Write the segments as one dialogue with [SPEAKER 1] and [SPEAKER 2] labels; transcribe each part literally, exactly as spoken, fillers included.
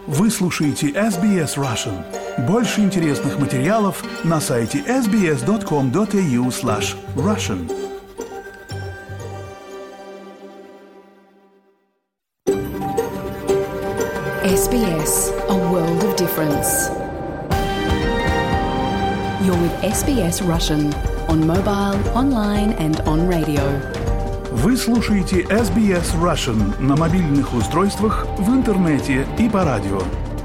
[SPEAKER 1] Вы слушаете эс би эс Russian. Больше интересных материалов на сайте эс би эс точка ком точка эй ю слэш Russian.
[SPEAKER 2] эс би эс, a world of difference. You're with эс би эс Russian on mobile, online and on radio.
[SPEAKER 1] Вы слушаете эс би эс Russian на мобильных устройствах, в интернете и по радио.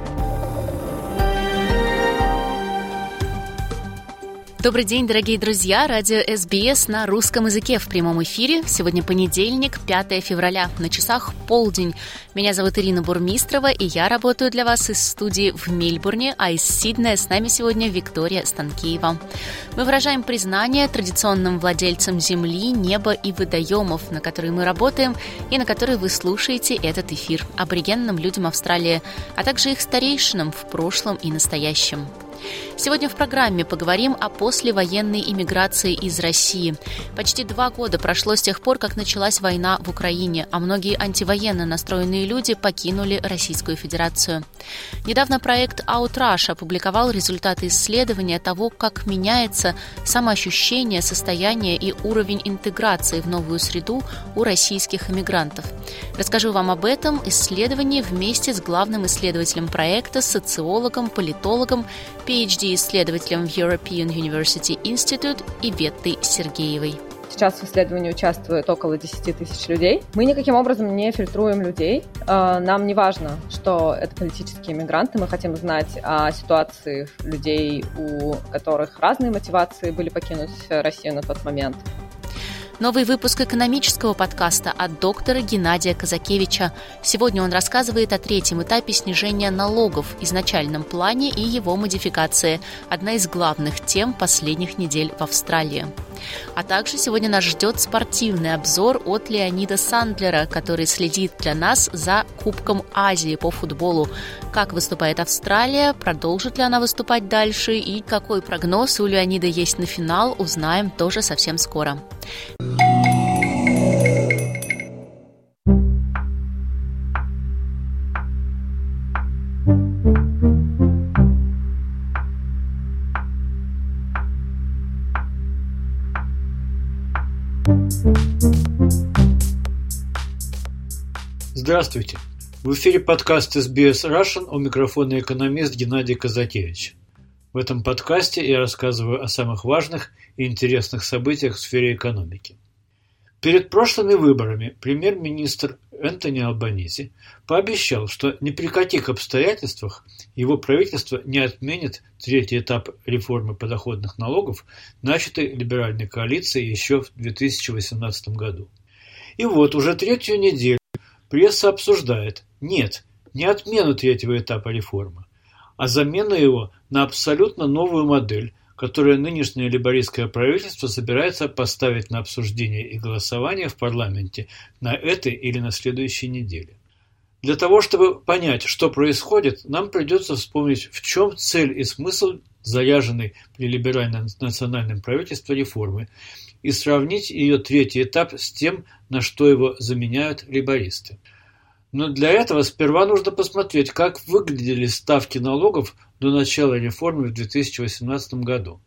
[SPEAKER 3] Добрый день, дорогие друзья! Радио эс би эс на русском языке в прямом эфире. Сегодня понедельник, пятое февраля, на часах полдень. Меня зовут Ирина Бурмистрова, и я работаю для вас из студии в Мельбурне, а из Сиднея с нами сегодня Виктория Станкеева. Мы выражаем признание традиционным владельцам земли, неба и водоемов, на которые мы работаем и на которые вы слушаете этот эфир, аборигенным людям Австралии, а также их старейшинам в прошлом и настоящем. Сегодня в программе поговорим о послевоенной иммиграции из России. Почти два года прошло с тех пор, как началась война в Украине, а многие антивоенно настроенные люди покинули Российскую Федерацию. Недавно проект OutRush опубликовал результаты исследования того, как меняется самоощущение, состояние и уровень интеграции в новую среду у российских иммигрантов. Расскажу вам об этом исследовании вместе с главным исследователем проекта, социологом, политологом, пи эйч ди-исследователем в European University Institute Иветтой Сергеевой.
[SPEAKER 4] Сейчас в исследовании участвует около десять тысяч людей. Мы никаким образом не фильтруем людей. Нам не важно, что это политические мигранты. Мы хотим знать о ситуации людей, у которых разные мотивации были покинуть Россию на тот момент.
[SPEAKER 3] Новый выпуск экономического подкаста от доктора Геннадия Казакевича. Сегодня он рассказывает о третьем этапе снижения налогов, изначальном плане и его модификации. Одна из главных тем последних недель в Австралии. А также сегодня нас ждет спортивный обзор от Леонида Сандлера, который следит для нас за Кубком Азии по футболу. Как выступает Австралия, продолжит ли она выступать дальше и какой прогноз у Леонида есть на финал, узнаем тоже совсем скоро.
[SPEAKER 5] Здравствуйте! В эфире подкаст эс би эс Russian, у микрофона экономист Геннадий Казакевич. В этом подкасте я рассказываю о самых важных и интересных событиях в сфере экономики. Перед прошлыми выборами премьер-министр Энтони Албанизи пообещал, что ни при каких обстоятельствах его правительство не отменит третий этап реформы подоходных налогов, начатой либеральной коалицией еще в две тысячи восемнадцатом году. И вот уже третью неделю пресса обсуждает, нет, не отмену третьего этапа реформы, а замену его на абсолютно новую модель, которую нынешнее лейбористское правительство собирается поставить на обсуждение и голосование в парламенте на этой или на следующей неделе. Для того, чтобы понять, что происходит, нам придется вспомнить, в чем цель и смысл заряженной при либеральном национальном правительстве реформы, и сравнить ее третий этап с тем, на что его заменяют лейбористы. Но для этого сперва нужно посмотреть, как выглядели ставки налогов до начала реформы в две тысячи восемнадцатом году.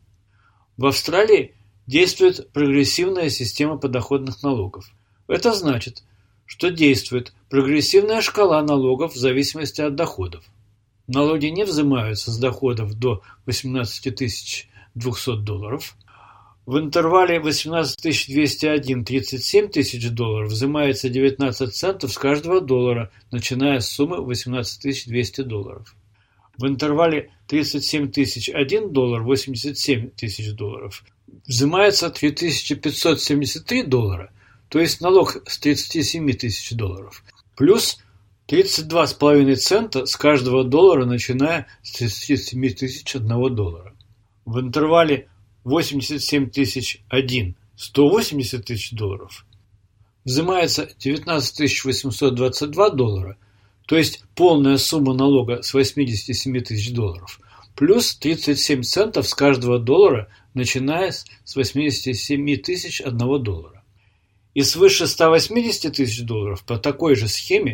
[SPEAKER 5] В Австралии действует прогрессивная система подоходных налогов. Это значит, что действует прогрессивная шкала налогов в зависимости от доходов. Налоги не взимаются с доходов до восемнадцать тысяч двести долларов. В интервале восемнадцать тысяч двести один - тридцать семь тысяч долларов взимается девятнадцать центов с каждого доллара, начиная с суммы восемнадцать тысяч двести долларов. В интервале тридцать семь тысяч один доллар - восемьдесят семь тысяч долларов взимается три тысячи пятьсот семьдесят три доллара, то есть налог с тридцати семи тысяч долларов, плюс тридцать два с половиной цента с каждого доллара, начиная с тридцати семи тысяч одного доллара. В интервале восемьдесят семь тысяч один - сто восемьдесят тысяч долларов взимается девятнадцать тысяч восемьсот двадцать два доллара, то есть полная сумма налога с восемьдесят семь тысяч долларов, плюс тридцать семь центов с каждого доллара, начиная с восемьдесят семь тысяч одного доллара. И свыше ста восьмидесяти тысяч долларов по такой же схеме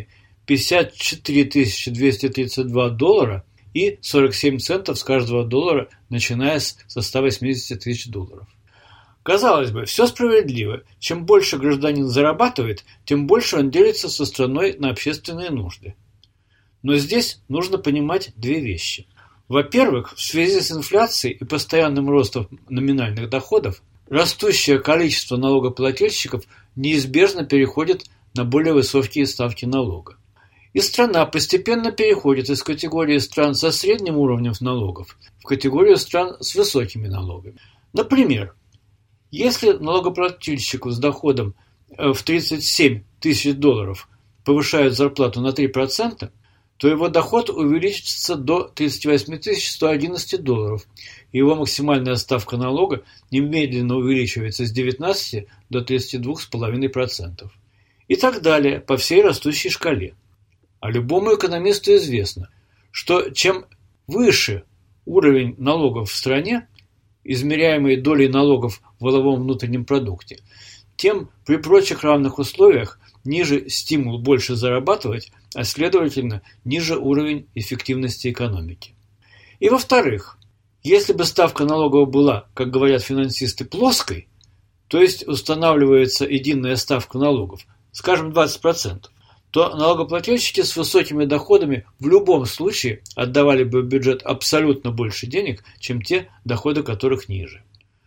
[SPEAKER 5] пятьдесят четыре тысячи двести тридцать два доллара и сорок семь центов с каждого доллара, начиная с ста восьмидесяти тысяч долларов. Казалось бы, все справедливо. Чем больше гражданин зарабатывает, тем больше он делится со страной на общественные нужды. Но здесь нужно понимать две вещи. Во-первых, в связи с инфляцией и постоянным ростом номинальных доходов, растущее количество налогоплательщиков неизбежно переходит на более высокие ставки налога. И страна постепенно переходит из категории стран со средним уровнем налогов в категорию стран с высокими налогами. Например, если налогоплательщику с доходом в тридцать семь тысяч долларов повышают зарплату на три процента, то его доход увеличится до тридцать восемь тысяч сто одиннадцать долларов, и его максимальная ставка налога немедленно увеличивается с девятнадцати до тридцати двух целых пяти десятых процента. И так далее по всей растущей шкале. А любому экономисту известно, что чем выше уровень налогов в стране, измеряемый долей налогов в валовом внутреннем продукте, тем при прочих равных условиях ниже стимул больше зарабатывать, а следовательно ниже уровень эффективности экономики. И во-вторых, если бы ставка налогов была, как говорят финансисты, плоской, то есть устанавливается единая ставка налогов, скажем, двадцать процентов, то налогоплательщики с высокими доходами в любом случае отдавали бы в бюджет абсолютно больше денег, чем те, доходы которых ниже.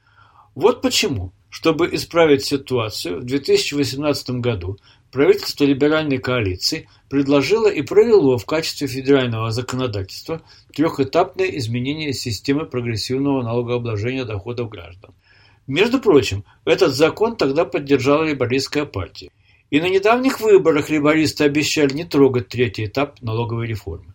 [SPEAKER 5] Вот почему, чтобы исправить ситуацию, в две тысячи восемнадцатом году правительство либеральной коалиции предложило и провело в качестве федерального законодательства трехэтапное изменение системы прогрессивного налогообложения доходов граждан. Между прочим, этот закон тогда поддержала лейбористская партия. И на недавних выборах лейбористы обещали не трогать третий этап налоговой реформы.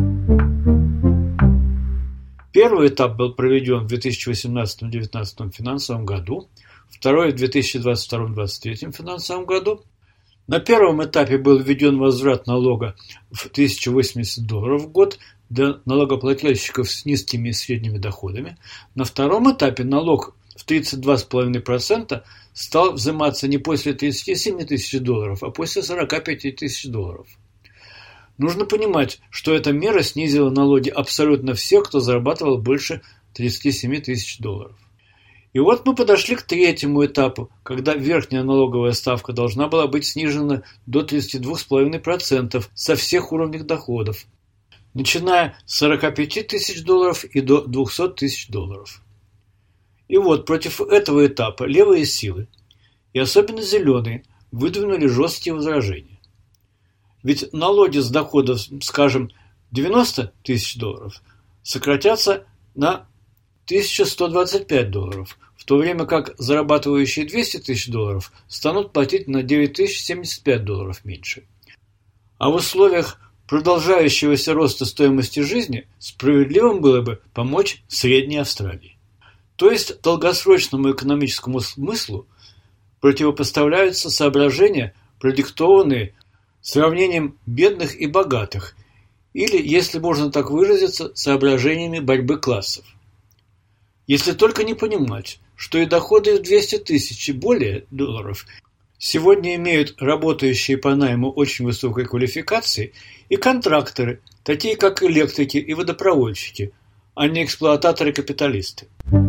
[SPEAKER 5] Первый этап был проведен в две тысячи восемнадцатом — две тысячи девятнадцатом финансовом году, второй в две тысячи двадцать втором — две тысячи двадцать третьем финансовом году. На первом этапе был введен возврат налога в тысячу восемьдесят долларов в год для налогоплательщиков с низкими и средними доходами. На втором этапе налог в тридцать два целых пять десятых процента стал взиматься не после тридцати семи тысяч долларов, а после сорока пяти тысяч долларов. Нужно понимать, что эта мера снизила налоги абсолютно всех, кто зарабатывал больше тридцати семи тысяч долларов. И вот мы подошли к третьему этапу, когда верхняя налоговая ставка должна была быть снижена до тридцати двух целых пяти десятых процента со всех уровней доходов, начиная с сорока пяти тысяч долларов и до двухсот тысяч долларов. И вот против этого этапа левые силы, и особенно зеленые, выдвинули жесткие возражения. Ведь налоги с доходов, скажем, девяноста тысяч долларов сократятся на тысячу сто двадцать пять долларов, в то время как зарабатывающие двести тысяч долларов станут платить на девять тысяч семьдесят пять долларов меньше. А в условиях продолжающегося роста стоимости жизни справедливым было бы помочь Средней Австралии. То есть долгосрочному экономическому смыслу противопоставляются соображения, продиктованные сравнением бедных и богатых, или, если можно так выразиться, соображениями борьбы классов. Если только не понимать, что и доходы в двести тысяч и более долларов сегодня имеют работающие по найму очень высокой квалификации и контракторы, такие как электрики и водопроводчики, а не эксплуататоры-капиталисты.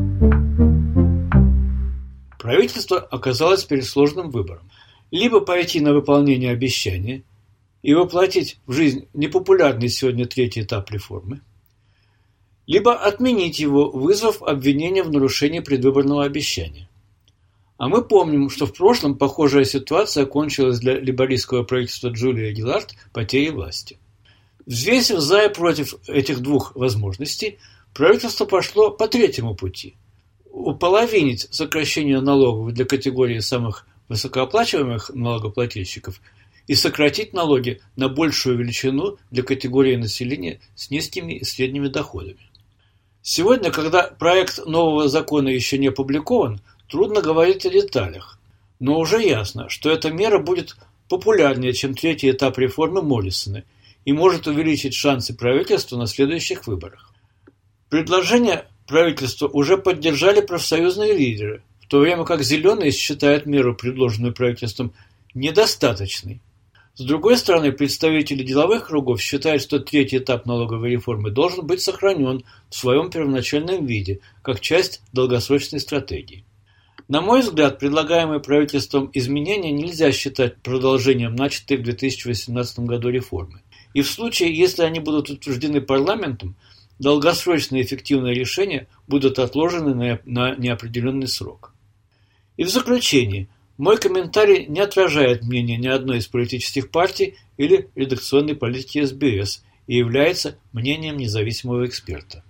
[SPEAKER 5] Правительство оказалось перед сложным выбором. Либо пойти на выполнение обещания и воплотить в жизнь непопулярный сегодня третий этап реформы, либо отменить его, вызвав обвинение в нарушении предвыборного обещания. А мы помним, что в прошлом похожая ситуация кончилась для лейбористского правительства Джулии Гиллард потерей власти. Взвесив за и против этих двух возможностей, правительство пошло по третьему пути – уполовинить сокращение налогов для категории самых высокооплачиваемых налогоплательщиков и сократить налоги на большую величину для категории населения с низкими и средними доходами. Сегодня, когда проект нового закона еще не опубликован, трудно говорить о деталях, но уже ясно, что эта мера будет популярнее, чем третий этап реформы Моррисона и может увеличить шансы правительства на следующих выборах. Предложение правительства уже поддержали профсоюзные лидеры, в то время как зеленые считают меру, предложенную правительством, недостаточной. С другой стороны, представители деловых кругов считают, что третий этап налоговой реформы должен быть сохранен в своем первоначальном виде, как часть долгосрочной стратегии. На мой взгляд, предлагаемые правительством изменения нельзя считать продолжением начатой в две тысячи восемнадцатом году реформы. И в случае, если они будут утверждены парламентом, долгосрочные эффективные решения будут отложены на, на неопределенный срок. И в заключение, мой комментарий не отражает мнение ни одной из политических партий или редакционной политики эс би эс и является мнением независимого эксперта.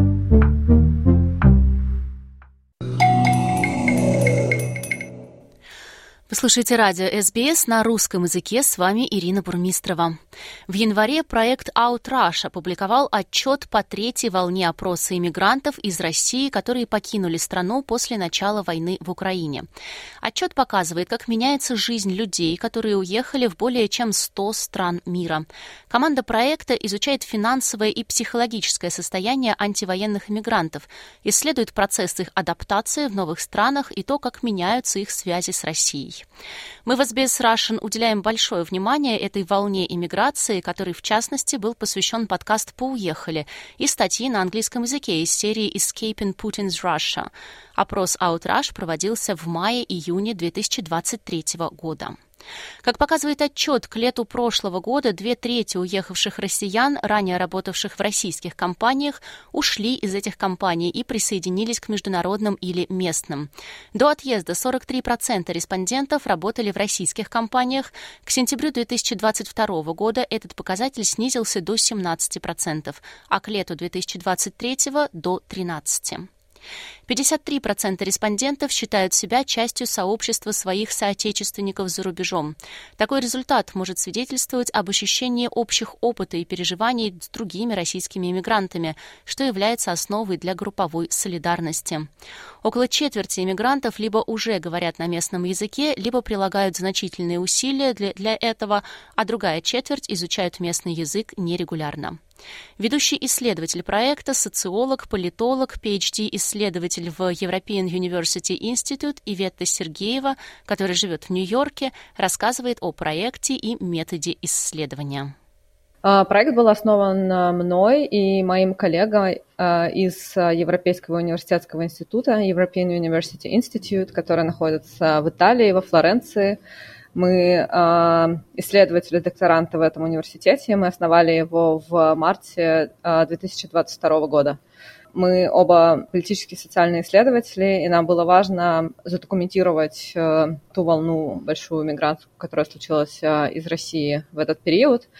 [SPEAKER 3] Вы слушаете радио эс би эс на русском языке, с вами Ирина Бурмистрова. В январе проект OutRush опубликовал отчет по третьей волне опроса иммигрантов из России, которые покинули страну после начала войны в Украине. Отчет показывает, как меняется жизнь людей, которые уехали в более чем сто стран мира. Команда проекта изучает финансовое и психологическое состояние антивоенных иммигрантов, исследует процесс их адаптации в новых странах и то, как меняются их связи с Россией. Мы в эс би эс Russian уделяем большое внимание этой волне иммиграции, которой, в частности, был посвящен подкаст «Поуехали» и статьи на английском языке из серии «Escaping Putin's Russia». Опрос OutRush проводился в мае-июне две тысячи двадцать третьего года. Как показывает отчет, к лету прошлого года две трети уехавших россиян, ранее работавших в российских компаниях, ушли из этих компаний и присоединились к международным или местным. До отъезда сорок три процента респондентов работали в российских компаниях. К сентябрю две тысячи двадцать второго года этот показатель снизился до семнадцати процентов, а к лету две тысячи двадцать третьего – до тринадцати процентов. пятьдесят три процента респондентов считают себя частью сообщества своих соотечественников за рубежом. Такой результат может свидетельствовать об ощущении общих опыта и переживаний с другими российскими иммигрантами, что является основой для групповой солидарности. Около четверти иммигрантов либо уже говорят на местном языке, либо прилагают значительные усилия для, для этого, а другая четверть изучают местный язык нерегулярно. Ведущий исследователь проекта, социолог, политолог, пи эйч ди-исследователь в European University Institute Иветта Сергеева, который живет в Нью-Йорке, рассказывает о проекте и методе исследования.
[SPEAKER 4] Проект был основан мной и моим коллегой из Европейского университетского института European University Institute, который находится в Италии, во Флоренции. Мы э, исследователи-докторанты в этом университете, мы основали его в марте э, две тысячи двадцать второго года. Мы оба политические и социальные исследователи, и нам было важно задокументировать э, ту волну большую миграцию, которая случилась э, из России в этот период.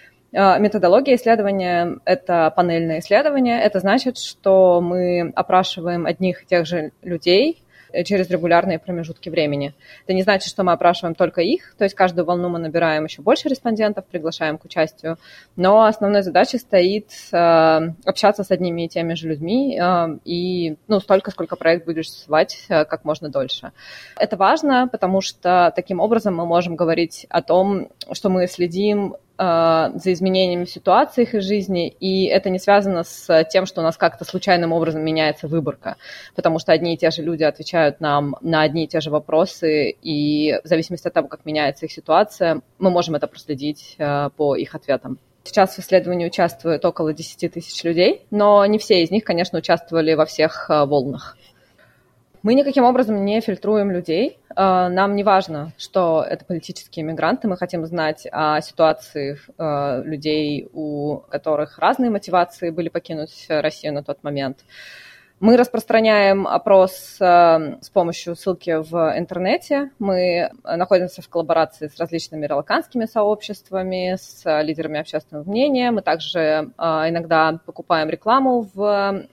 [SPEAKER 4] Э, методология исследования – это панельное исследование. Это значит, что мы опрашиваем одних и тех же людей через регулярные промежутки времени. Это не значит, что мы опрашиваем только их, то есть каждую волну мы набираем еще больше респондентов, приглашаем к участию, но основной задачей стоит э, общаться с одними и теми же людьми э, и ну, столько, сколько проект будет существовать, э, как можно дольше. Это важно, потому что таким образом мы можем говорить о том, что мы следим за изменениями ситуации их жизни, и это не связано с тем, что у нас как-то случайным образом меняется выборка, потому что одни и те же люди отвечают нам на одни и те же вопросы, и в зависимости от того, как меняется их ситуация, мы можем это проследить по их ответам. Сейчас в исследовании участвует около десять тысяч людей, но не все из них, конечно, участвовали во всех волнах. Мы никаким образом не фильтруем людей. Нам не важно, что это политические мигранты. Мы хотим знать о ситуации людей, у которых разные мотивации были покинуть Россию на тот момент. Мы распространяем опрос с помощью ссылки в интернете. Мы находимся в коллаборации с различными релокантскими сообществами, с лидерами общественного мнения. Мы также иногда покупаем рекламу в,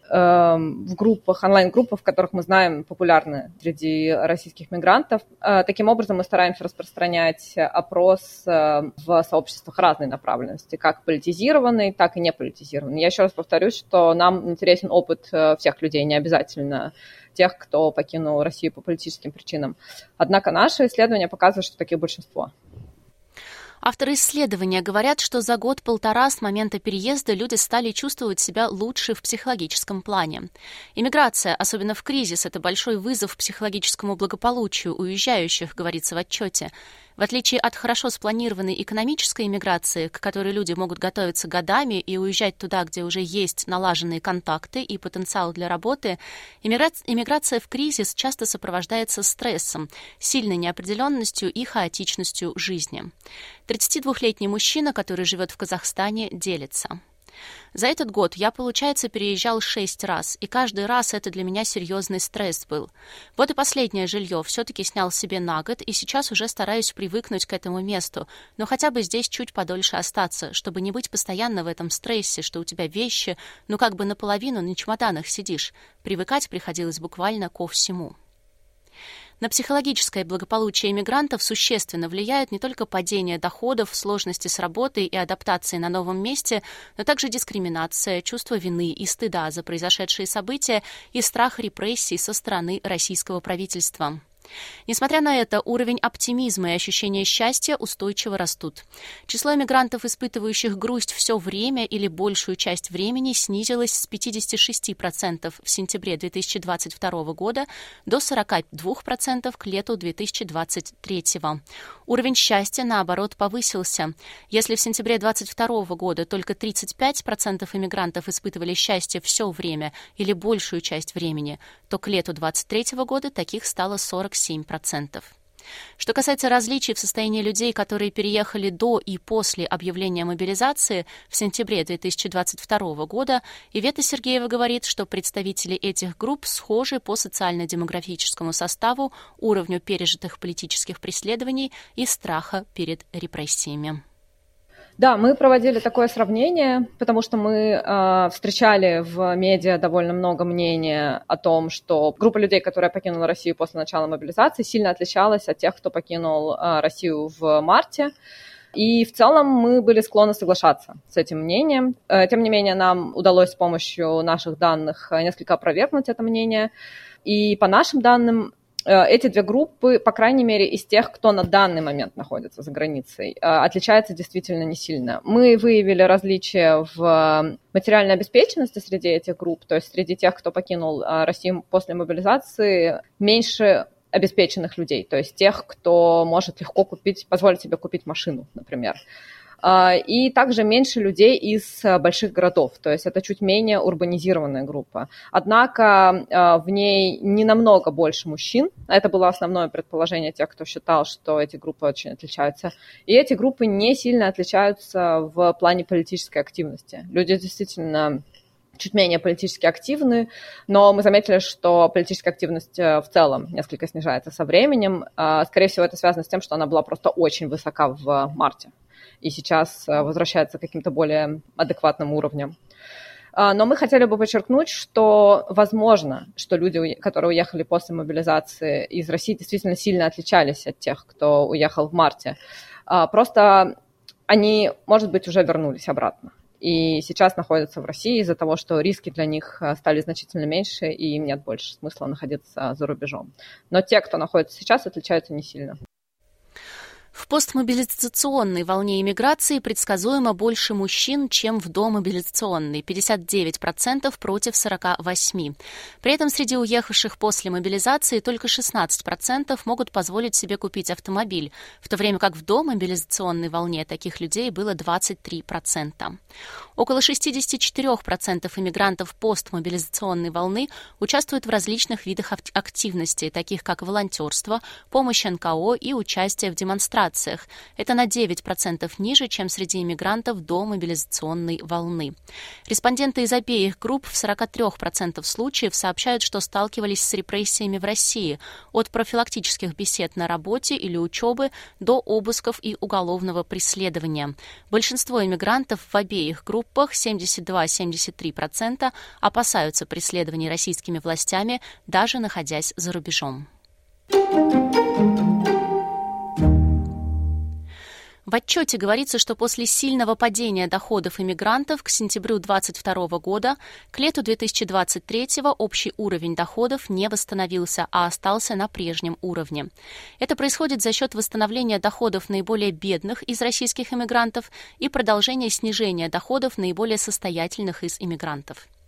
[SPEAKER 4] в группах, онлайн-группах, в которых мы знаем популярны среди российских мигрантов. Таким образом, мы стараемся распространять опрос в сообществах разной направленности, как политизированный, так и неполитизированный. Я еще раз повторюсь, что нам интересен опыт всех людей, не обязательно тех, кто покинул Россию по политическим причинам. Однако наше исследование показывает, что таких большинство.
[SPEAKER 3] Авторы исследования говорят, что за год-полтора с момента переезда люди стали чувствовать себя лучше в психологическом плане. Иммиграция, особенно в кризис, это большой вызов психологическому благополучию уезжающих, говорится в отчете. В отличие от хорошо спланированной экономической иммиграции, к которой люди могут готовиться годами и уезжать туда, где уже есть налаженные контакты и потенциал для работы, иммиграция в кризис часто сопровождается стрессом, сильной неопределенностью и хаотичностью жизни. тридцатидвухлетний мужчина, который живет в Казахстане, делится. За этот год я, получается, переезжал шесть раз, и каждый раз это для меня серьезный стресс был. Вот и последнее жилье все-таки снял себе на год, и сейчас уже стараюсь привыкнуть к этому месту, но хотя бы здесь чуть подольше остаться, чтобы не быть постоянно в этом стрессе, что у тебя вещи, ну как бы наполовину на чемоданах сидишь. Привыкать приходилось буквально ко всему. На психологическое благополучие мигрантов существенно влияют не только падение доходов, сложности с работой и адаптацией на новом месте, но также дискриминация, чувство вины и стыда за произошедшие события и страх репрессий со стороны российского правительства. Несмотря на это, уровень оптимизма и ощущение счастья устойчиво растут. Число мигрантов, испытывающих грусть все время или большую часть времени, снизилось с пятидесяти шести процентов в сентябре две тысячи двадцать второго года до сорока двух процентов к лету две тысячи двадцать третьего. Уровень счастья, наоборот, повысился. Если в сентябре две тысячи двадцать второго года только тридцать пять процентов иммигрантов испытывали счастье все время или большую часть времени, то к лету две тысячи двадцать третьего года таких стало сорок семь процентов. Что касается различий в состоянии людей, которые переехали до и после объявления мобилизации в сентябре две тысячи двадцать второго года, Ивета Сергеева говорит, что представители этих групп схожи по социально-демографическому составу, уровню пережитых политических преследований и страха перед репрессиями.
[SPEAKER 4] Да, мы проводили такое сравнение, потому что мы э, встречали в медиа довольно много мнения о том, что группа людей, которая покинула Россию после начала мобилизации, сильно отличалась от тех, кто покинул э, Россию в марте. И в целом мы были склонны соглашаться с этим мнением. Э, тем не менее, нам удалось с помощью наших данных несколько опровергнуть это мнение. И по нашим данным, эти две группы, по крайней мере, из тех, кто на данный момент находится за границей, отличаются действительно не сильно. Мы выявили различия в материальной обеспеченности среди этих групп, то есть среди тех, кто покинул Россию после мобилизации, меньше обеспеченных людей, то есть тех, кто может легко купить, позволить себе купить машину, например. И также меньше людей из больших городов, то есть это чуть менее урбанизированная группа. Однако в ней не намного больше мужчин. Это было основное предположение тех, кто считал, что эти группы очень отличаются. И эти группы не сильно отличаются в плане политической активности. Люди действительно чуть менее политически активны, но мы заметили, что политическая активность в целом несколько снижается со временем. Скорее всего, это связано с тем, что она была просто очень высока в марте и сейчас возвращается к каким-то более адекватным уровням. Но мы хотели бы подчеркнуть, что возможно, что люди, которые уехали после мобилизации из России, действительно сильно отличались от тех, кто уехал в марте. Просто они, может быть, уже вернулись обратно и сейчас находятся в России из-за того, что риски для них стали значительно меньше, и им нет больше смысла находиться за рубежом. Но те, кто находится сейчас, отличаются не сильно.
[SPEAKER 3] В постмобилизационной волне иммиграции предсказуемо больше мужчин, чем в домобилизационной – пятьдесят девять процентов против сорок восемь процентов. При этом среди уехавших после мобилизации только шестнадцать процентов могут позволить себе купить автомобиль, в то время как в домобилизационной волне таких людей было двадцать три процента. Около шестьдесят четыре процента иммигрантов постмобилизационной волны участвуют в различных видах активностей, таких как волонтерство, помощь эн ка о и участие в демонстрациях. Это на девять процентов ниже, чем среди иммигрантов до мобилизационной волны. Респонденты из обеих групп в сорок три процента случаев сообщают, что сталкивались с репрессиями в России, от профилактических бесед на работе или учебы до обысков и уголовного преследования. Большинство иммигрантов в обеих группах, семьдесят два - семьдесят три процента, опасаются преследований российскими властями, даже находясь за рубежом. В отчете говорится, что после сильного падения доходов иммигрантов к сентябрю две тысячи двадцать второго года к лету две тысячи двадцать третьего общий уровень доходов не восстановился, а остался на прежнем уровне. Это происходит за счет восстановления доходов наиболее бедных из российских иммигрантов и продолжения снижения доходов наиболее состоятельных из иммигрантов.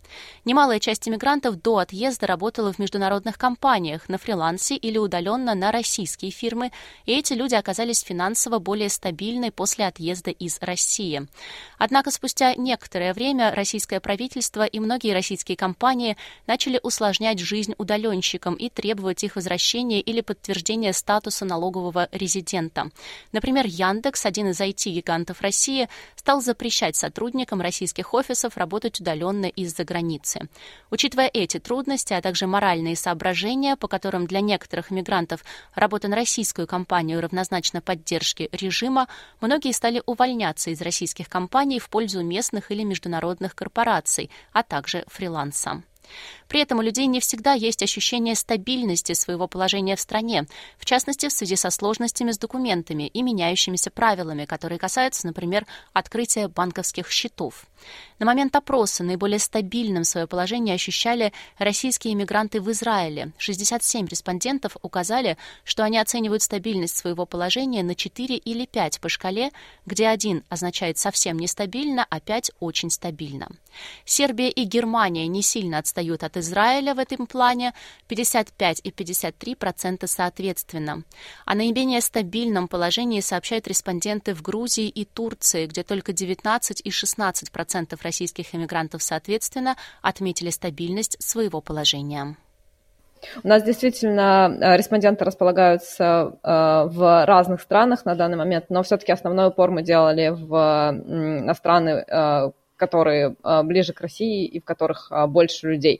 [SPEAKER 3] Немалая часть иммигрантов до отъезда работала в международных компаниях, на фрилансе или удаленно на российские фирмы, и эти люди оказались финансово более стабильны после отъезда из России. Однако спустя некоторое время российское правительство и многие российские компании начали усложнять жизнь удаленщикам и требовать их возвращения или подтверждения статуса налогового резидента. Например, Яндекс, один из ай ти-гигантов России, стал запрещать сотрудникам российских офисов работать удаленно из-за границы. Учитывая эти трудности, а также моральные соображения, по которым для некоторых мигрантов работа на российскую компанию равнозначна поддержке режима, многие стали увольняться из российских компаний в пользу местных или международных корпораций, а также фриланса. При этом у людей не всегда есть ощущение стабильности своего положения в стране, в частности, в связи со сложностями с документами и меняющимися правилами, которые касаются, например, открытия банковских счетов. На момент опроса наиболее стабильным свое положение ощущали российские иммигранты в Израиле. шестьдесят семь респондентов указали, что они оценивают стабильность своего положения на четыре или пять по шкале, где один означает совсем нестабильно, а пять очень стабильно. Сербия и Германия не сильно отстают от Израиля в этом плане, пятьдесят пять и пятьдесят три процента соответственно. О наименее стабильном положении сообщают респонденты в Грузии и Турции, где только девятнадцать и шестнадцать процентов российских иммигрантов соответственно отметили стабильность своего положения.
[SPEAKER 4] У нас действительно респонденты располагаются в разных странах на данный момент, но все-таки основной упор мы делали в, на страны, которые ближе к России и в которых больше людей.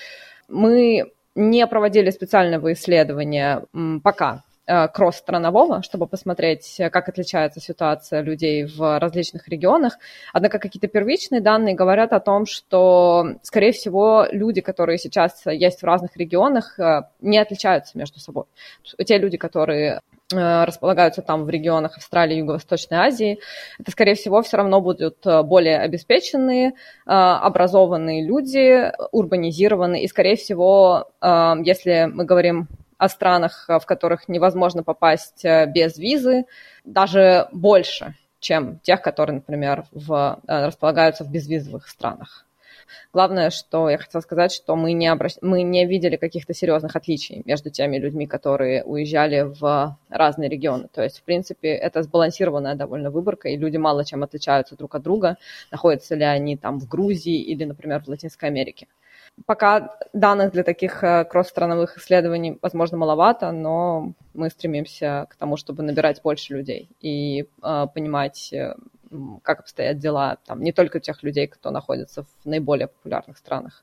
[SPEAKER 4] Мы не проводили специального исследования пока кросс-странового, чтобы посмотреть, как отличается ситуация людей в различных регионах. Однако какие-то первичные данные говорят о том, что, скорее всего, люди, которые сейчас есть в разных регионах, не отличаются между собой. Те люди, которые располагаются там в регионах Австралии и Юго-Восточной Азии, это, скорее всего, все равно будут более обеспеченные, образованные люди, урбанизированные. И, скорее всего, если мы говорим о странах, в которых невозможно попасть без визы, даже больше, чем тех, которые, например, в, располагаются в безвизовых странах. Главное, что я хотела сказать, что мы не, обращ... мы не видели каких-то серьезных отличий между теми людьми, которые уезжали в разные регионы. То есть, в принципе, это сбалансированная довольно выборка, и люди мало чем отличаются друг от друга, находятся ли они там в Грузии или, например, в Латинской Америке. Пока данных для таких кросс-страновых исследований, возможно, маловато, но мы стремимся к тому, чтобы набирать больше людей и э, понимать, как обстоят дела там, не только тех людей, кто находится в наиболее популярных странах.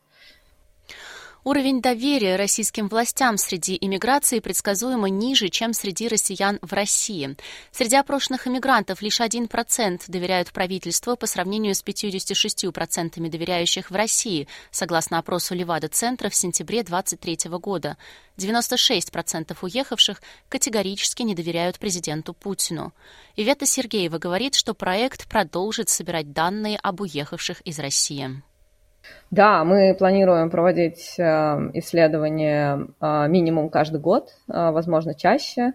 [SPEAKER 3] Уровень доверия российским властям среди иммиграции предсказуемо ниже, чем среди россиян в России. Среди опрошенных иммигрантов лишь один процент доверяют правительству по сравнению с пятьюдесятью шестью процентами доверяющих в России, согласно опросу Левада-центра в сентябре две тысячи двадцать третьего года. девяносто шесть процентов уехавших категорически не доверяют президенту Путину. Ивета Сергеева говорит, что проект продолжит собирать данные об уехавших из России.
[SPEAKER 4] Да, мы планируем проводить исследования минимум каждый год, возможно, чаще.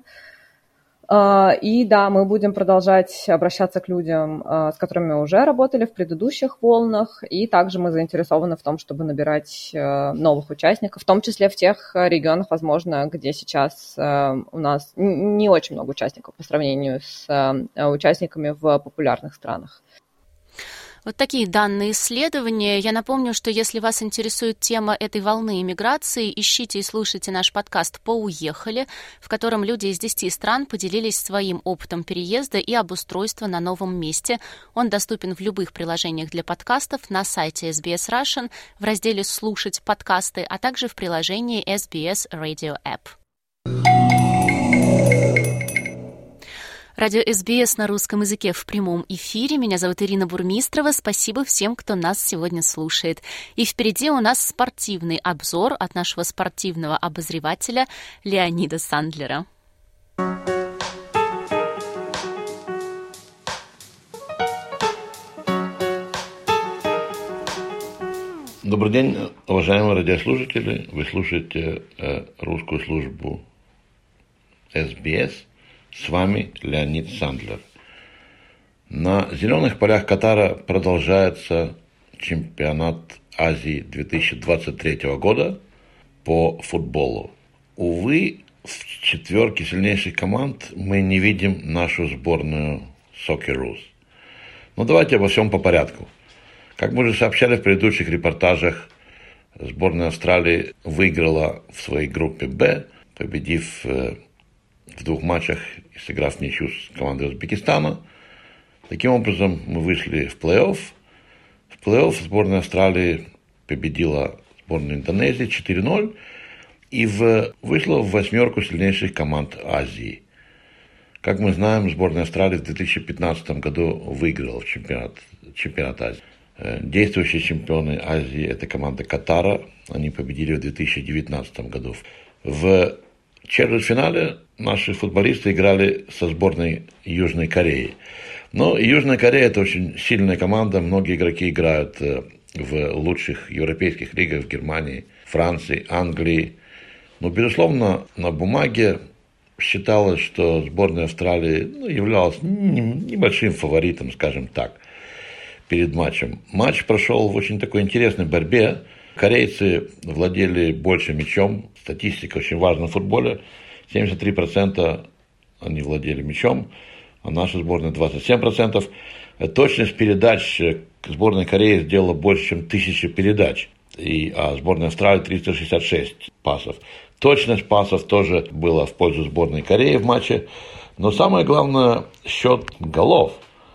[SPEAKER 4] И да, мы будем продолжать обращаться к людям, с которыми мы уже работали в предыдущих волнах, и также мы заинтересованы в том, чтобы набирать новых участников, в том числе в тех регионах, возможно, где сейчас у нас не очень много участников по сравнению с участниками в популярных странах.
[SPEAKER 3] Вот такие данные исследования. Я напомню, что если вас интересует тема этой волны иммиграции, ищите и слушайте наш подкаст «Поуехали», в котором люди из десяти стран поделились своим опытом переезда и обустройства на новом месте. Он доступен в любых приложениях для подкастов, на сайте эс би эс Russian, в разделе «Слушать подкасты», а также в приложении эс би эс Radio App. Радио эс би эс на русском языке в прямом эфире. Меня зовут Ирина Бурмистрова. Спасибо всем, кто нас сегодня слушает. И впереди у нас спортивный обзор от нашего спортивного обозревателя Леонида Сандлера.
[SPEAKER 6] Добрый день, уважаемые радиослушатели. Вы слушаете э, русскую службу эс би эс. С вами Леонид Сандлер. На зеленых полях Катара продолжается чемпионат Азии две тысячи двадцать третьего года по футболу. Увы, в четверке сильнейших команд мы не видим нашу сборную Socceroos. Но давайте обо всем по порядку. Как мы уже сообщали в предыдущих репортажах, сборная Австралии выиграла в своей группе «Б», победив в двух матчах и сыграв в ничью с командой Узбекистана. Таким образом, мы вышли в плей-офф. В плей-офф сборная Австралии победила сборную Индонезии четыре ноль и в, вышла в восьмерку сильнейших команд Азии. Как мы знаем, сборная Австралии в две тысячи пятнадцатом году выиграла в чемпионат, чемпионат Азии. Действующие чемпионы Азии – это команда Катара. Они победили в две тысячи девятнадцатом году. В четвертьфинале наши футболисты играли со сборной Южной Кореи. Но Южная Корея – это очень сильная команда. Многие игроки играют в лучших европейских лигах в Германии, Франции, Англии. Но, безусловно, на бумаге считалось, что сборная Австралии ну, являлась небольшим фаворитом, скажем так, перед матчем. Матч прошел в очень такой интересной борьбе. Корейцы владели больше мячом. Статистика очень важна в футболе. семьдесят три процента они владели мячом, а наша сборная двадцать семь процентов. Точность передач сборная Кореи сделала больше, чем тысяча передач. И, а сборная Австралии триста шестьдесят шесть пасов. Точность пасов тоже была в пользу сборной Кореи в матче. Но самое главное – счет голов.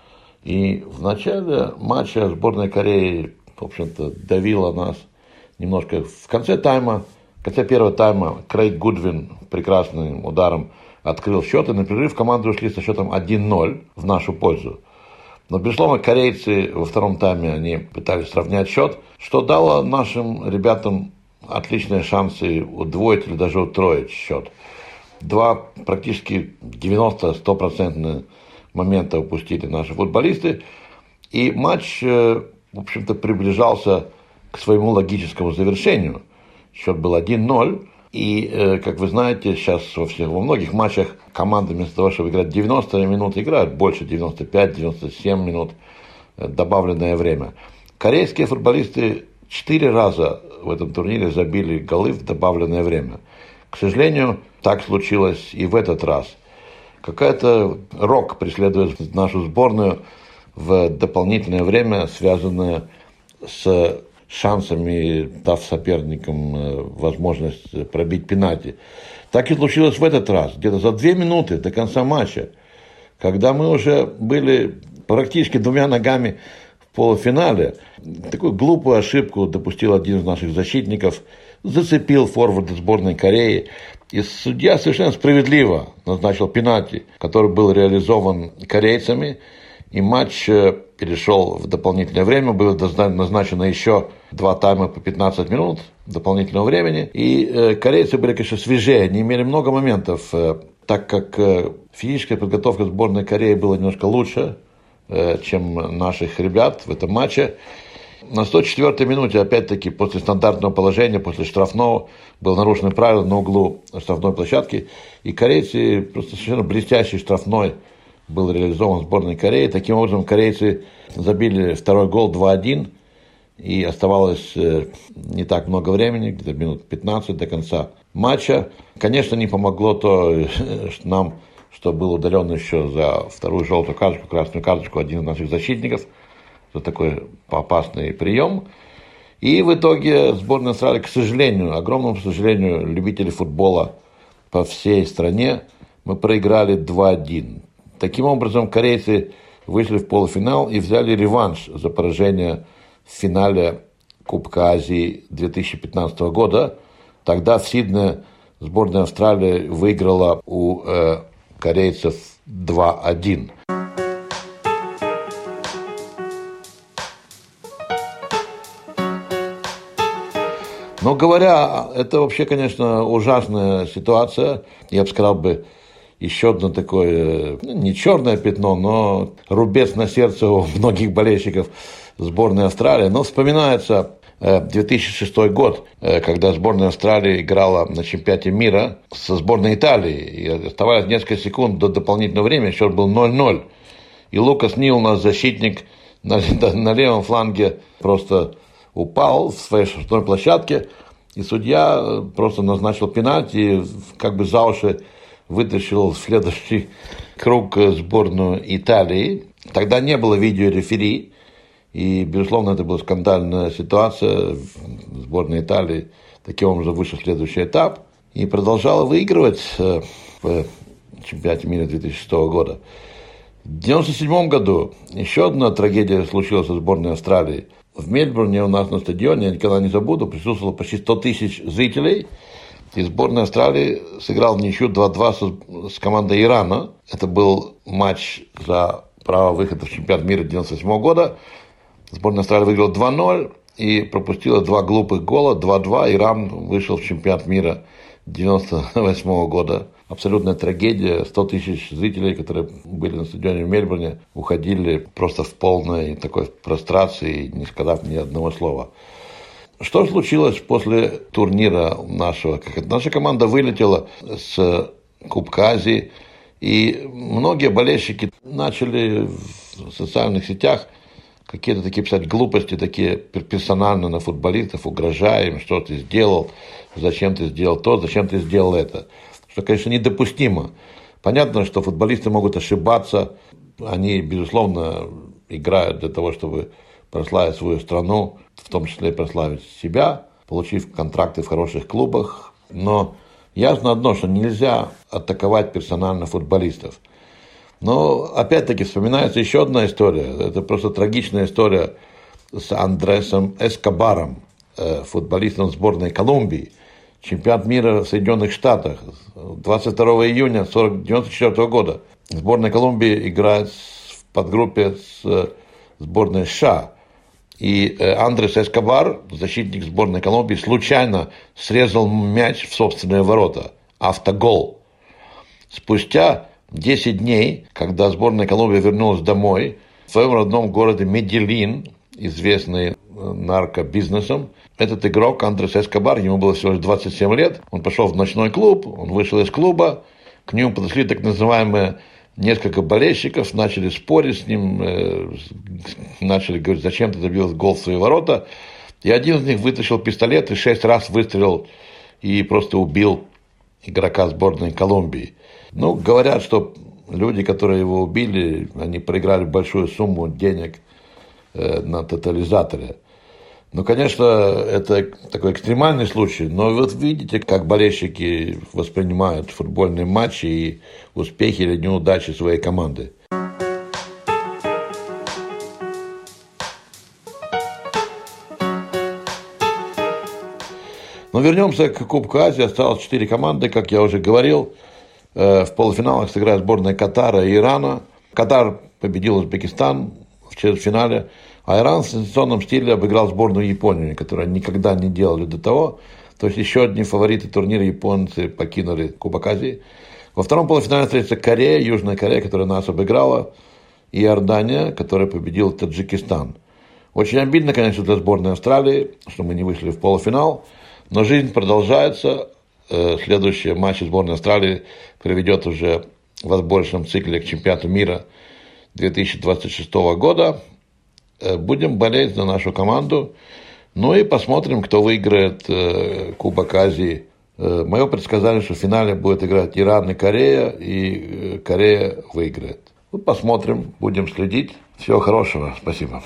[SPEAKER 6] И в начале матча сборная Кореи, в общем-то, давила нас немножко. В конце тайма, в конце первого тайма Крейг Гудвин прекрасным ударом открыл счет, и на перерыв команды ушли со счетом один ноль в нашу пользу. Но, безусловно, корейцы во втором тайме они пытались сравнять счет, что дало нашим ребятам отличные шансы удвоить или даже утроить счет. Два практически девяносто-стопроцентные момента упустили наши футболисты. И матч, в общем-то, приближался к своему логическому завершению. Счет был один ноль. И, как вы знаете, сейчас во, всех, во многих матчах команды вместо того, чтобы играть девяносто минут, играют больше, девяносто пять - девяносто семь минут, добавленное время. Корейские футболисты четыре раза в этом турнире забили голы в добавленное время. К сожалению, так случилось и в этот раз. Какая-то рок преследует нашу сборную в дополнительное время, связанное с шансами, дав соперникам возможность пробить пенальти. Так и случилось в этот раз. Где-то за две минуты до конца матча, когда мы уже были практически двумя ногами в полуфинале, такую глупую ошибку допустил один из наших защитников, зацепил форварда сборной Кореи. И судья совершенно справедливо назначил пенальти, который был реализован корейцами. И матч перешел в дополнительное время. Было назначено еще два тайма по пятнадцать минут дополнительного времени. И корейцы были, конечно, свежее. Они имели много моментов, так как физическая подготовка сборной Кореи была немножко лучше, чем наших ребят в этом матче. На сто четвёртой минуте, опять-таки, после стандартного положения, после штрафного, было нарушено правило на углу штрафной площадки. И корейцы, просто совершенно блестящий штрафной был реализован сборной Кореи. Таким образом, корейцы забили второй гол два один. И оставалось не так много времени, где-то минут пятнадцать до конца матча. Конечно, не помогло то нам, что был удален еще за вторую желтую карточку, красную карточку один из наших защитников. За такой опасный прием. И в итоге сборная Австралии, к сожалению, огромному сожалению, любителей футбола по всей стране, мы проиграли два один. Таким образом, корейцы вышли в полуфинал и взяли реванш за поражение в финале Кубка Азии две тысячи пятнадцатого года. Тогда в Сиднее сборная Австралии выиграла у э, корейцев два один. Но говоря, это вообще, конечно, ужасная ситуация. Я бы сказал бы, еще одно такое, ну, не черное пятно, но рубец на сердце у многих болельщиков сборной Австралии. Но вспоминается две тысячи шестой год, когда сборная Австралии играла на чемпионате мира со сборной Италии. И оставалось несколько секунд до дополнительного времени, счет был ноль ноль. И Лукас Нил, наш защитник, на, на левом фланге просто упал в своей штрафной площадке, и судья просто назначил пенальти и как бы за уши вытащил в следующий круг сборную Италии. Тогда не было видеорефери, и, безусловно, это была скандальная ситуация. Сборная Италии таким образом вышла в следующий этап и продолжала выигрывать в чемпионате мира две тысячи шестого года. В девяносто седьмом году еще одна трагедия случилась со сборной Австралии. В Мельбурне у нас на стадионе, я никогда не забуду, присутствовало почти сто тысяч зрителей. И сборная Австралии сыграла в ничью два-два с, с командой Ирана. Это был матч за право выхода в чемпионат мира девяносто восьмого года. Сборная Австралии выиграла два-ноль и пропустила два глупых гола. два-два. Иран вышел в чемпионат мира девяносто восьмого года. Абсолютная трагедия. сто тысяч зрителей, которые были на стадионе в Мельбурне, уходили просто в полной такой прострации, не сказав ни одного слова. Что случилось после турнира нашего? Наша команда вылетела с Кубка Азии, и многие болельщики начали в социальных сетях какие-то такие писать глупости, такие персонально на футболистов, угрожая им, что ты сделал, зачем ты сделал то, зачем ты сделал это. Что, конечно, недопустимо. Понятно, что футболисты могут ошибаться, они, безусловно, играют для того, чтобы прославить свою страну, в том числе и прославить себя, получив контракты в хороших клубах. Но ясно одно, что нельзя атаковать персонально футболистов. Но опять-таки вспоминается еще одна история. Это просто трагичная история с Андресом Эскобаром, футболистом сборной Колумбии, чемпионат мира в Соединенных Штатах. двадцать второго июня девяносто четвёртого года сборная Колумбии играет в подгруппе с сборной США. И Андрес Эскобар, защитник сборной Колумбии, случайно срезал мяч в собственные ворота. Автогол. Спустя десять дней, когда сборная Колумбии вернулась домой, в своем родном городе Медельин, известный наркобизнесом, этот игрок Андрес Эскобар, ему было всего лишь двадцать семь лет, он пошел в ночной клуб, он вышел из клуба, к нему подошли так называемые несколько болельщиков, начали спорить с ним, э, начали говорить, зачем ты забил гол в свои ворота. И один из них вытащил пистолет и шесть раз выстрелил и просто убил игрока сборной Колумбии. Ну, говорят, что люди, которые его убили, они проиграли большую сумму денег э, на тотализаторе. Ну, конечно, это такой экстремальный случай, но вот видите, как болельщики воспринимают футбольные матчи и успехи или неудачи своей команды. Но вернемся к Кубку Азии. Осталось четыре команды, как я уже говорил. В полуфиналах сыграет сборная Катара и Ирана. Катар победил Узбекистан в четвертьфинале. А Иран в сенсационном стиле обыграл сборную Японии, которую никогда не делали до того. То есть еще одни фавориты турнира японцы покинули Кубок Азии. Во втором полуфинале встретится Корея, Южная Корея, которая нас обыграла, и Иордания, которая победила Таджикистан. Очень обидно, конечно, для сборной Австралии, что мы не вышли в полуфинал, но жизнь продолжается. Следующий матч сборной Австралии проведет уже в отборочном цикле к чемпионату мира две тысячи двадцать шестого года. Будем болеть за нашу команду. Ну и посмотрим, кто выиграет э, Кубок Азии. Э, мое предсказание, что в финале будет играть Иран и Корея, и э, Корея выиграет. Ну, посмотрим, будем следить. Всего хорошего. Спасибо.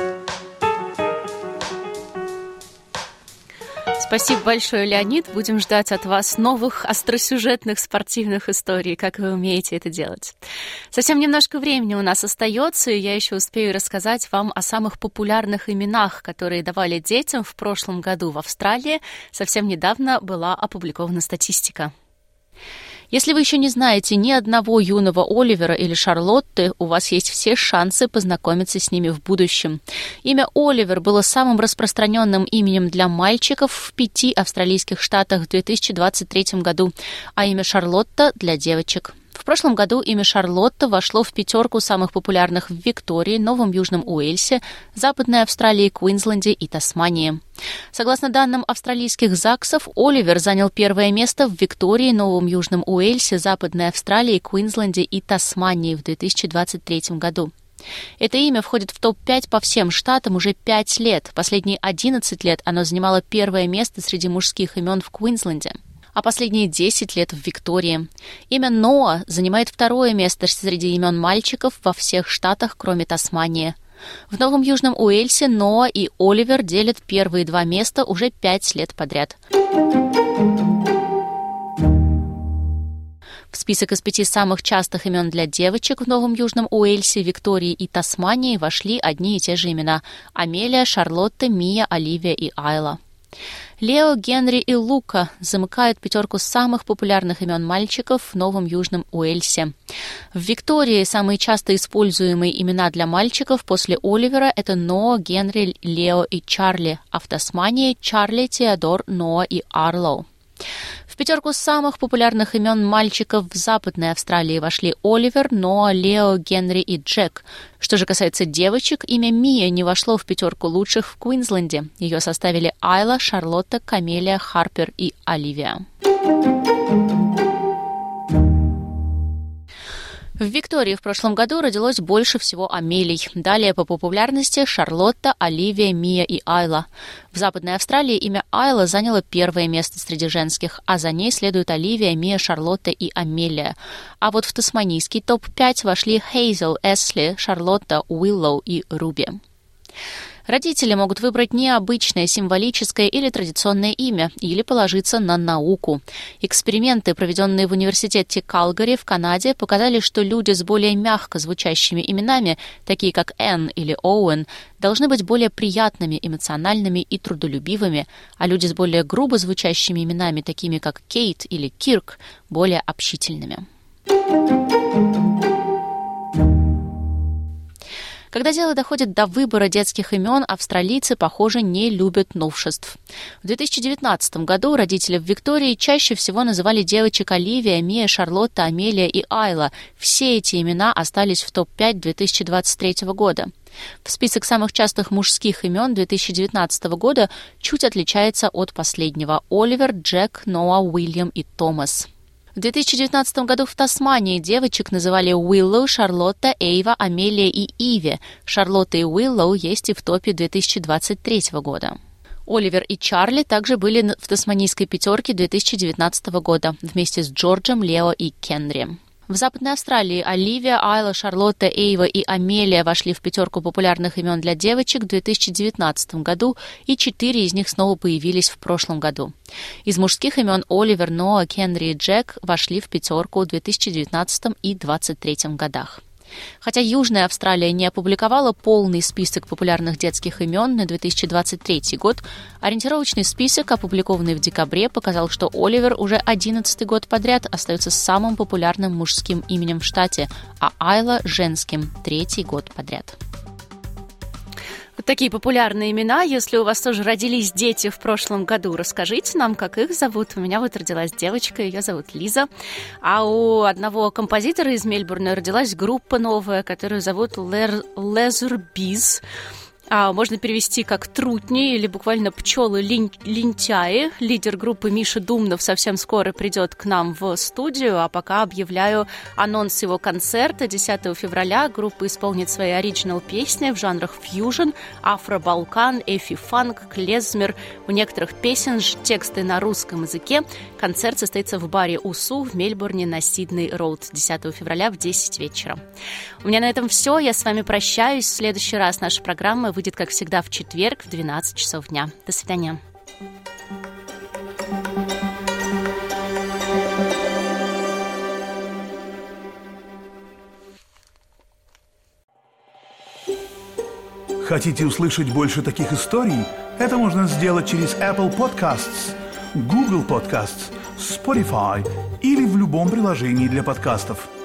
[SPEAKER 3] Спасибо большое, Леонид. Будем ждать от вас новых остросюжетных спортивных историй, как вы умеете это делать. Совсем немножко времени у нас остается, и я еще успею рассказать вам о самых популярных именах, которые давали детям в прошлом году в Австралии. Совсем недавно была опубликована статистика. Если вы еще не знаете ни одного юного Оливера или Шарлотты, у вас есть все шансы познакомиться с ними в будущем. Имя Оливер было самым распространенным именем для мальчиков в пяти австралийских штатах в две тысячи двадцать третьем году, а имя Шарлотта для девочек. В прошлом году имя Шарлотта вошло в пятерку самых популярных в Виктории, Новом Южном Уэльсе, Западной Австралии, Квинсленде и Тасмании. Согласно данным австралийских ЗАГСов, Оливер занял первое место в Виктории, Новом Южном Уэльсе, Западной Австралии, Квинсленде и Тасмании в две тысячи двадцать третьем году. Это имя входит в топ пять по всем штатам уже пять лет. Последние одиннадцать лет оно занимало первое место среди мужских имен в Квинсленде, а последние десять лет в Виктории. Имя Ноа занимает второе место среди имен мальчиков во всех штатах, кроме Тасмании. В Новом Южном Уэльсе Ноа и Оливер делят первые два места уже пять лет подряд. В список из пяти самых частых имен для девочек в Новом Южном Уэльсе, Виктории и Тасмании вошли одни и те же имена – Амелия, Шарлотта, Мия, Оливия и Айла. Лео, Генри и Лука замыкают пятерку самых популярных имен мальчиков в Новом Южном Уэльсе. В Виктории самые часто используемые имена для мальчиков после Оливера – это Ноа, Генри, Лео и Чарли, а в Тасмании – Чарли, Теодор, Ноа и Арлоу. В пятерку самых популярных имен мальчиков в Западной Австралии вошли Оливер, Ноа, Лео, Генри и Джек. Что же касается девочек, имя Мия не вошло в пятерку лучших в Квинсленде. Ее составили Айла, Шарлотта, Камелия, Харпер и Оливия. В Виктории в прошлом году родилось больше всего Амелий. Далее по популярности Шарлотта, Оливия, Мия и Айла. В Западной Австралии имя Айла заняло первое место среди женских, а за ней следуют Оливия, Мия, Шарлотта и Амелия. А вот в тасманийский топ пять вошли Хейзел, Эсли, Шарлотта, Уиллоу и Руби. Родители могут выбрать необычное, символическое или традиционное имя, или положиться на науку. Эксперименты, проведенные в университете Калгари в Канаде, показали, что люди с более мягко звучащими именами, такие как Энн или Оуэн, должны быть более приятными, эмоциональными и трудолюбивыми, а люди с более грубо звучащими именами, такими как Кейт или Кирк, более общительными. Когда дело доходит до выбора детских имен, австралийцы, похоже, не любят новшеств. В две тысячи девятнадцатом году родители в Виктории чаще всего называли девочек Оливия, Мия, Шарлотта, Амелия и Айла. Все эти имена остались в топ пять две тысячи двадцать третьего года. В список самых частых мужских имен две тысячи девятнадцатого года чуть отличается от последнего – Оливер, Джек, Ноа, Уильям и Томас. В две тысячи девятнадцатом году в Тасмании девочек называли Уиллоу, Шарлотта, Эйва, Амелия и Иви. Шарлотта и Уиллоу есть и в топе две тысячи двадцать третьего года. Оливер и Чарли также были в тасманийской пятерке две тысячи девятнадцатого года вместе с Джорджем, Лео и Кенри. В Западной Австралии Оливия, Айла, Шарлотта, Эйва и Амелия вошли в пятерку популярных имен для девочек в две тысячи девятнадцатом году, и четыре из них снова появились в прошлом году. Из мужских имен Оливер, Ноа, Кенри и Джек вошли в пятерку в две тысячи девятнадцатом и две тысячи двадцать третьем годах. Хотя Южная Австралия не опубликовала полный список популярных детских имен на две тысячи двадцать третий год, ориентировочный список, опубликованный в декабре, показал, что Оливер уже одиннадцатый год подряд остается самым популярным мужским именем в штате, а Айла – женским третий год подряд. Вот такие популярные имена. Если у вас тоже родились дети в прошлом году, расскажите нам, как их зовут. У меня вот родилась девочка, ее зовут Лиза. А у одного композитора из Мельбурна родилась группа новая, которую зовут Лезербиз. А, можно перевести как «трутни» или буквально «пчелы-лентяи». Лидер группы Миша Думнов совсем скоро придет к нам в студию, а пока объявляю анонс его концерта. десятого февраля группа исполнит свои оригинал-песни в жанрах фьюжн, афро-балкан, эфи-фанк, клезмер. У некоторых песен тексты на русском языке. Концерт состоится в баре «Усу» в Мельбурне на Сидней-Роуд десятого февраля в десять вечера. У меня на этом все. Я с вами прощаюсь. В следующий раз наша программа выйдет, как всегда, в четверг в двенадцать часов дня. До свидания.
[SPEAKER 1] Хотите услышать больше таких историй? Это можно сделать через Apple Podcasts, Google Podcasts, Spotify или в любом приложении для подкастов.